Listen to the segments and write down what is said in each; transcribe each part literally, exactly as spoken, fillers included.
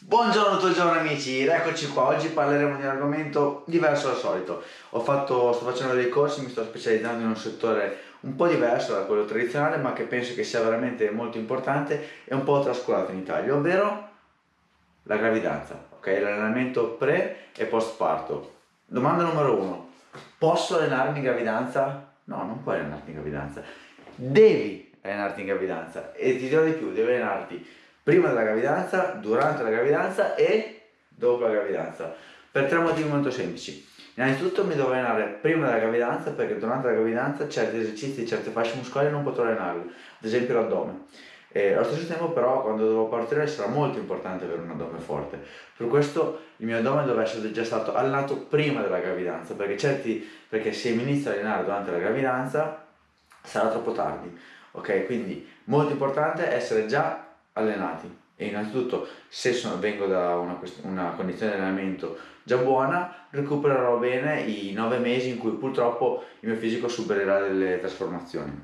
Buongiorno, buongiorno amici, eccoci qua. Oggi parleremo di un argomento diverso dal solito. Ho fatto, sto facendo dei corsi, mi sto specializzando in un settore un po' diverso da quello tradizionale, ma che penso che sia veramente molto importante e un po' trascurato in Italia, ovvero la gravidanza, ok? L'allenamento pre e post parto. Domanda numero uno: posso allenarmi in gravidanza? No, non puoi allenarti in gravidanza. Devi allenarti in gravidanza e ti dirò di più, devi allenarti prima della gravidanza, durante la gravidanza e dopo la gravidanza, per tre motivi molto semplici. Innanzitutto mi devo allenare prima della gravidanza perché durante la gravidanza certi esercizi, certe fasce muscolari non potrò allenarli, ad esempio l'addome. E allo stesso tempo però quando devo partorire sarà molto importante avere un addome forte. Per questo il mio addome deve essere già stato allenato prima della gravidanza, perché, certi, perché se mi inizio a allenare durante la gravidanza sarà troppo tardi. Ok, quindi molto importante essere già allenati. E innanzitutto, se sono, vengo da una, una condizione di allenamento già buona, recupererò bene i nove mesi in cui purtroppo il mio fisico subirà delle trasformazioni.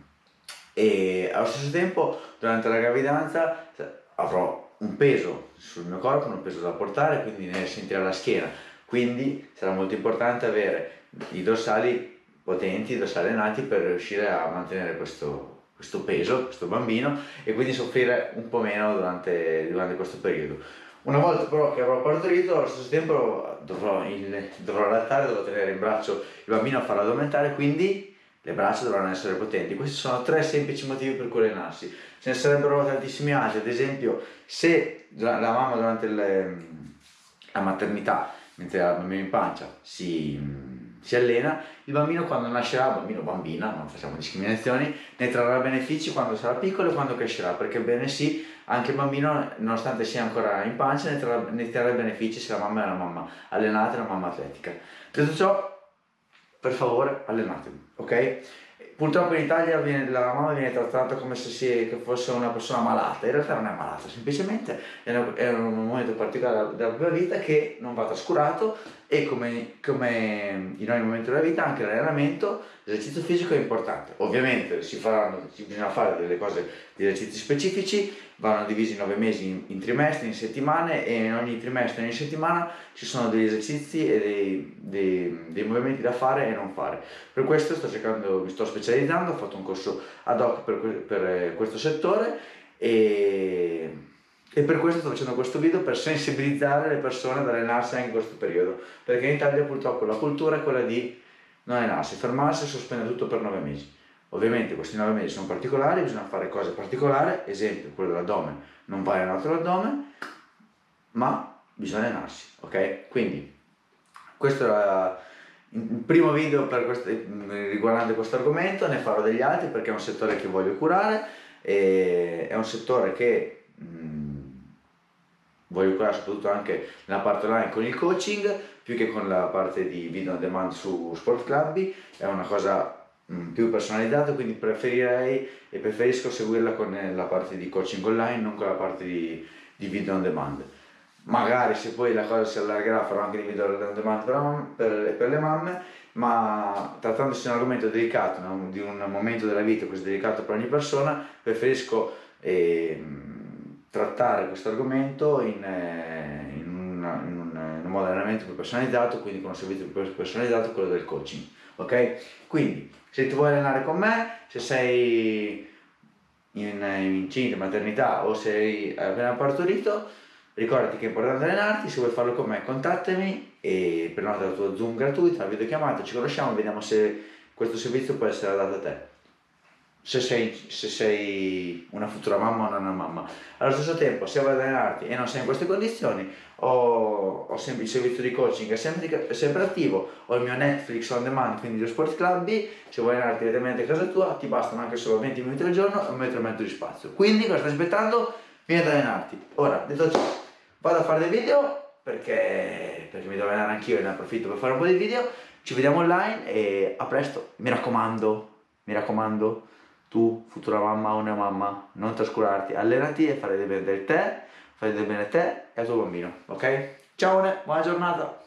E allo stesso tempo, durante la gravidanza avrò un peso sul mio corpo, un peso da portare, quindi ne sentirà la schiena. Quindi sarà molto importante avere i dorsali potenti, i dorsali allenati per riuscire a mantenere questo questo peso, questo bambino, e quindi soffrire un po' meno durante, durante questo periodo. Una volta però che avrò partorito, allo stesso tempo dovrò, il, dovrò allattare, dovrò tenere in braccio il bambino a farlo addomentare, quindi le braccia dovranno essere potenti. Questi sono tre semplici motivi per cui allenarsi. Ce ne sarebbero tantissimi altri, ad esempio se la mamma durante il, la maternità, mentre ha il bambino in pancia, si si allena, il bambino quando nascerà, bambino o bambina, non facciamo discriminazioni, ne trarrà benefici quando sarà piccolo e quando crescerà, perché bene sì, anche il bambino, nonostante sia ancora in pancia, ne trarrà, ne trarrà benefici se la mamma è una mamma allenata, una mamma atletica. Detto ciò, per favore, allenatevi, ok? Purtroppo in Italia viene, la mamma viene trattata come se si, che fosse una persona malata, in realtà non è malata, semplicemente è, una, è un momento particolare della propria vita che non va trascurato, e come, come in ogni momento della vita anche l'allenamento, l'esercizio fisico è importante. Ovviamente si faranno, bisogna fare delle cose, degli esercizi specifici, vanno divisi in nove mesi in, in trimestri, in settimane, e in ogni trimestre e ogni settimana ci sono degli esercizi e dei, dei, dei movimenti da fare e non fare. Per questo sto cercando, mi sto specializzando, ho fatto un corso ad hoc per, per questo settore e, e per questo sto facendo questo video, per sensibilizzare le persone ad allenarsi anche in questo periodo, perché in Italia purtroppo la cultura è quella di non allenarsi, fermarsi e sospendere tutto per nove mesi. Ovviamente questi nove mesi sono particolari, bisogna fare cose particolari, esempio quello dell'addome, non va allenato l'addome, ma bisogna allenarsi, ok? Quindi questo era il primo video per questo, riguardante questo argomento, ne farò degli altri perché è un settore che voglio curare, e è un settore che mh, voglio curare soprattutto anche nella parte online con il coaching, più che con la parte di video on demand su Sport Club. È una cosa mh, più personalizzata, quindi preferirei e preferisco seguirla con la parte di coaching online, non con la parte di, di video on demand. Magari se poi la cosa si allargherà farò anche dei video on demand per, per, per le mamme, ma trattandosi di un argomento delicato, no? Di un momento della vita così delicato per ogni persona, preferisco eh, trattare questo argomento in, eh, in, una, in, un, in un modo di allenamento più personalizzato, quindi con un servizio più personalizzato, quello del coaching, ok? Quindi se ti vuoi allenare con me, se sei in, in incinta, maternità, o sei appena partorito, ricordati che è importante allenarti. Se vuoi farlo con me contattami e prenota la tua Zoom gratuita, una videochiamata, ci conosciamo e vediamo se questo servizio può essere adatto a te, se sei, se sei una futura mamma o non una mamma. Allo stesso tempo, se vuoi allenarti e non sei in queste condizioni, ho, ho sempre il servizio di coaching, è sempre, è sempre attivo, ho il mio Netflix on demand, quindi lo Sport Club B. Se vuoi allenarti direttamente a casa tua, ti bastano anche solo venti minuti al giorno e un metro e mezzo di spazio. Quindi cosa stai aspettando? Vieni ad allenarti. Ora, detto ciò, vado a fare dei video perché, perché mi devo allenare anch'io e ne approfitto per fare un po' di video. Ci vediamo online e a presto. Mi raccomando, mi raccomando, tu, futura mamma o neomamma, non trascurarti, allenati e fare del bene del te, fare del bene a te e al tuo bambino, ok? Ciao, buona giornata!